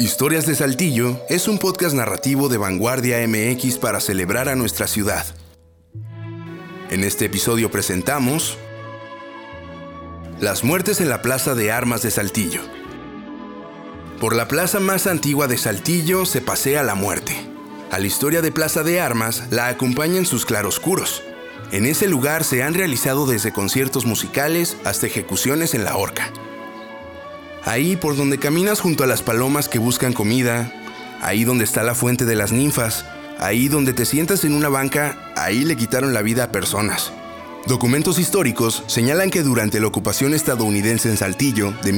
Historias de Saltillo es un podcast narrativo de Vanguardia MX para celebrar a nuestra ciudad. En este episodio presentamos las muertes en la Plaza de Armas de Saltillo. Por la plaza más antigua de Saltillo se pasea la muerte. A la historia de Plaza de Armas la acompañan sus claroscuros. En ese lugar se han realizado desde conciertos musicales hasta ejecuciones en la horca. Ahí por donde caminas junto a las palomas que buscan comida, ahí donde está la fuente de las ninfas, ahí donde te sientas en una banca, ahí le quitaron la vida a personas. Documentos históricos señalan que durante la ocupación estadounidense en Saltillo, de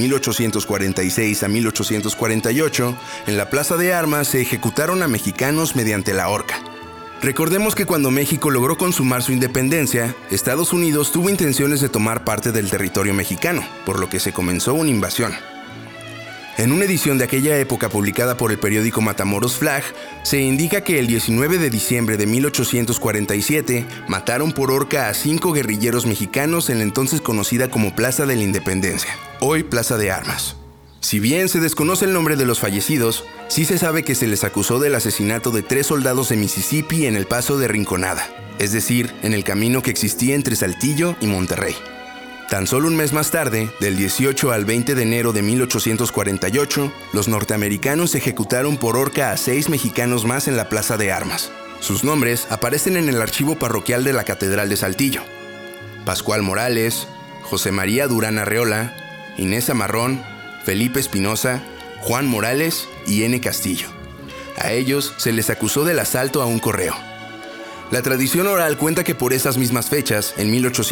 1846 a 1848, en la Plaza de Armas se ejecutaron a mexicanos mediante la horca. Recordemos que cuando México logró consumar su independencia, Estados Unidos tuvo intenciones de tomar parte del territorio mexicano, por lo que se comenzó una invasión. En una edición de aquella época publicada por el periódico Matamoros Flag, se indica que el 19 de diciembre de 1847 mataron por horca a 5 guerrilleros mexicanos en la entonces conocida como Plaza de la Independencia, hoy Plaza de Armas. Si bien se desconoce el nombre de los fallecidos, sí se sabe que se les acusó del asesinato de 3 soldados de Mississippi en el Paso de Rinconada, es decir, en el camino que existía entre Saltillo y Monterrey. Tan solo un mes más tarde, del 18 al 20 de enero de 1848, los norteamericanos ejecutaron por horca a 6 mexicanos más en la Plaza de Armas. Sus nombres aparecen en el archivo parroquial de la Catedral de Saltillo: Pascual Morales, José María Durán Arreola, Inés Amarrón, Felipe Espinosa, Juan Morales y N. Castillo. A ellos se les acusó del asalto a un correo. La tradición oral cuenta que por esas mismas fechas, en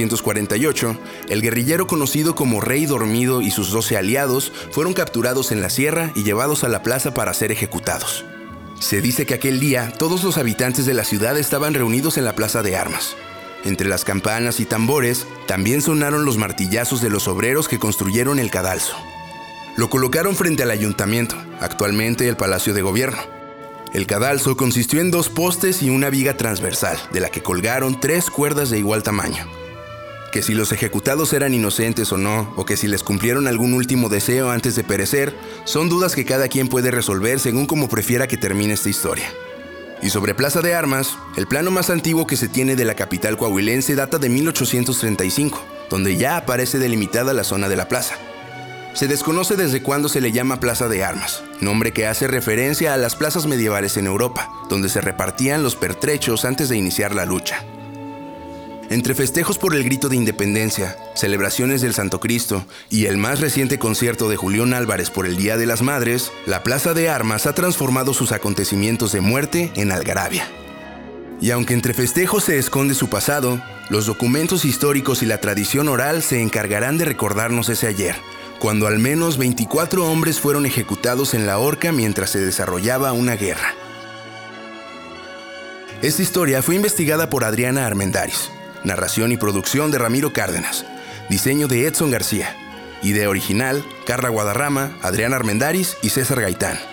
1848, el guerrillero conocido como Rey Dormido y sus 12 aliados fueron capturados en la sierra y llevados a la plaza para ser ejecutados. Se dice que aquel día todos los habitantes de la ciudad estaban reunidos en la Plaza de Armas. Entre las campanas y tambores, también sonaron los martillazos de los obreros que construyeron el cadalso. Lo colocaron frente al ayuntamiento, actualmente el Palacio de Gobierno. El cadalso consistió en 2 postes y una viga transversal, de la que colgaron 3 cuerdas de igual tamaño. Que si los ejecutados eran inocentes o no, o que si les cumplieron algún último deseo antes de perecer, son dudas que cada quien puede resolver según como prefiera que termine esta historia. Y sobre Plaza de Armas, el plano más antiguo que se tiene de la capital coahuilense data de 1835, donde ya aparece delimitada la zona de la plaza. Se desconoce desde cuándo se le llama Plaza de Armas, nombre que hace referencia a las plazas medievales en Europa, donde se repartían los pertrechos antes de iniciar la lucha. Entre festejos por el grito de independencia, celebraciones del Santo Cristo y el más reciente concierto de Julián Álvarez por el Día de las Madres, la Plaza de Armas ha transformado sus acontecimientos de muerte en algarabia. Y aunque entre festejos se esconde su pasado, los documentos históricos y la tradición oral se encargarán de recordarnos ese ayer, cuando al menos 24 hombres fueron ejecutados en la horca mientras se desarrollaba una guerra. Esta historia fue investigada por Adriana Armendáriz, narración y producción de Ramiro Cárdenas, diseño de Edson García, idea original, Carla Guadarrama, Adriana Armendáriz y César Gaitán.